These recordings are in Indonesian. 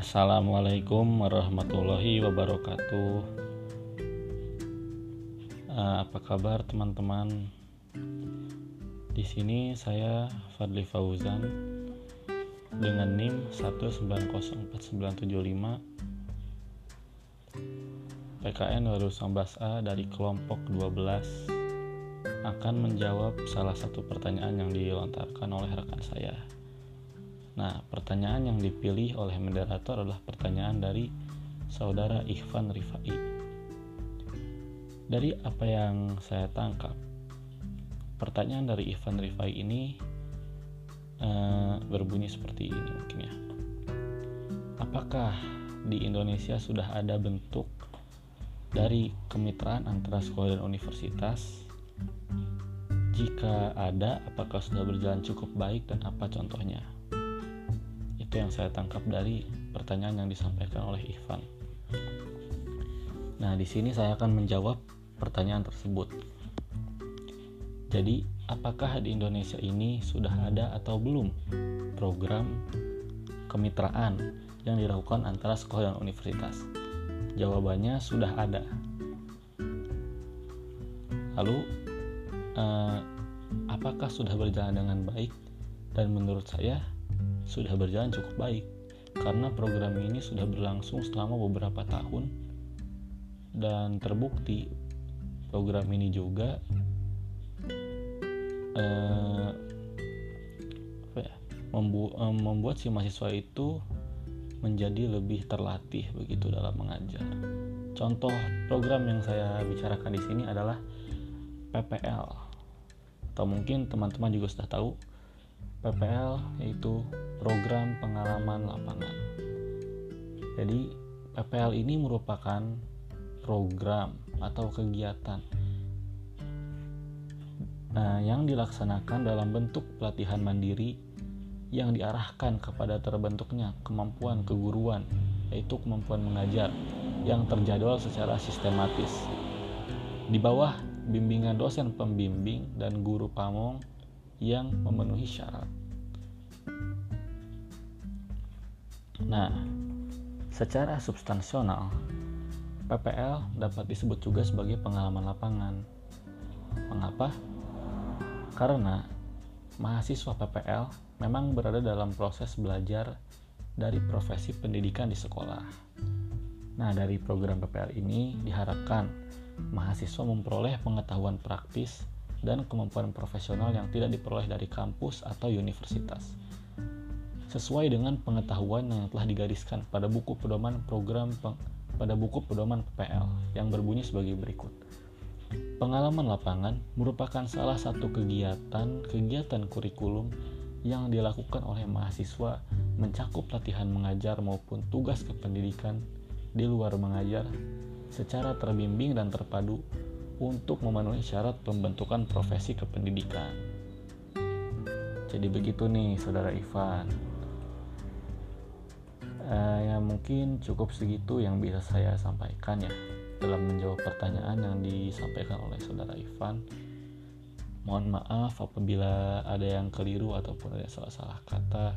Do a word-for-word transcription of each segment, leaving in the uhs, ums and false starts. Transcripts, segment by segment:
Assalamualaikum warahmatullahi wabarakatuh. Uh, apa kabar teman-teman? Di sini saya Fadli Fauzan dengan N I M satu sembilan nol empat sembilan tujuh lima P K N dua ribu sembilan belas A dari kelompok dua belas akan menjawab salah satu pertanyaan yang dilontarkan oleh rekan saya. Nah, pertanyaan yang dipilih oleh moderator adalah pertanyaan dari saudara Ikhwan Rifai. Dari apa yang saya tangkap, pertanyaan dari Ikhwan Rifai ini uh, berbunyi seperti ini mungkin ya. Apakah di Indonesia sudah ada bentuk dari kemitraan antara sekolah dan universitas? Jika ada, apakah sudah berjalan cukup baik dan apa contohnya? Itu yang saya tangkap dari pertanyaan yang disampaikan oleh Ikhwan. Nah, di sini saya akan menjawab pertanyaan tersebut. Jadi, apakah di Indonesia ini sudah ada atau belum program kemitraan yang dilakukan antara sekolah dan universitas? Jawabannya sudah ada. Lalu, eh, apakah sudah berjalan dengan baik? Dan menurut saya sudah berjalan cukup baik, karena program ini sudah berlangsung selama beberapa tahun dan terbukti program ini juga eh, apa ya, membu- eh, membuat si mahasiswa itu menjadi lebih terlatih begitu dalam mengajar. Contoh program yang saya bicarakan di sini adalah P P L, atau mungkin teman-teman juga sudah tahu P P L, yaitu program pengalaman lapangan. Jadi P P L ini merupakan program atau kegiatan nah, yang dilaksanakan dalam bentuk pelatihan mandiri yang diarahkan kepada terbentuknya kemampuan keguruan, yaitu kemampuan mengajar yang terjadwal secara sistematis di bawah bimbingan dosen pembimbing dan guru pamong yang memenuhi syarat. Nah, secara substansional, P P L dapat disebut juga sebagai pengalaman lapangan. Mengapa? Karena mahasiswa P P L memang berada dalam proses belajar dari profesi pendidikan di sekolah. Nah, dari program P P L ini diharapkan mahasiswa memperoleh pengetahuan praktis dan kemampuan profesional yang tidak diperoleh dari kampus atau universitas, sesuai dengan pengetahuan yang telah digariskan pada buku pedoman program peng- pada buku pedoman P P L yang berbunyi sebagai berikut. Pengalaman lapangan merupakan salah satu kegiatan kegiatan kurikulum yang dilakukan oleh mahasiswa mencakup latihan mengajar maupun tugas kependidikan di luar mengajar secara terbimbing dan terpadu untuk memenuhi syarat pembentukan profesi kependidikan. Jadi begitu nih saudara Ivan. Uh, ya mungkin cukup segitu yang bisa saya sampaikan ya dalam menjawab pertanyaan yang disampaikan oleh saudara Ivan. Mohon maaf apabila ada yang keliru ataupun ada salah-salah kata.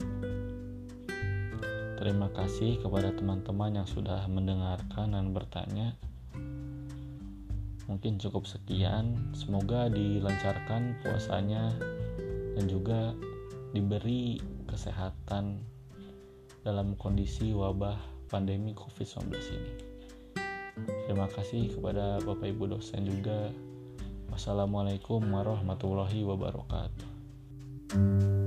Terima kasih kepada teman-teman yang sudah mendengarkan dan bertanya. Mungkin cukup sekian, semoga dilancarkan puasanya dan juga diberi kesehatan dalam kondisi wabah pandemi covid sembilan belas ini. Terima kasih kepada Bapak Ibu dosen juga. Wassalamualaikum warahmatullahi wabarakatuh.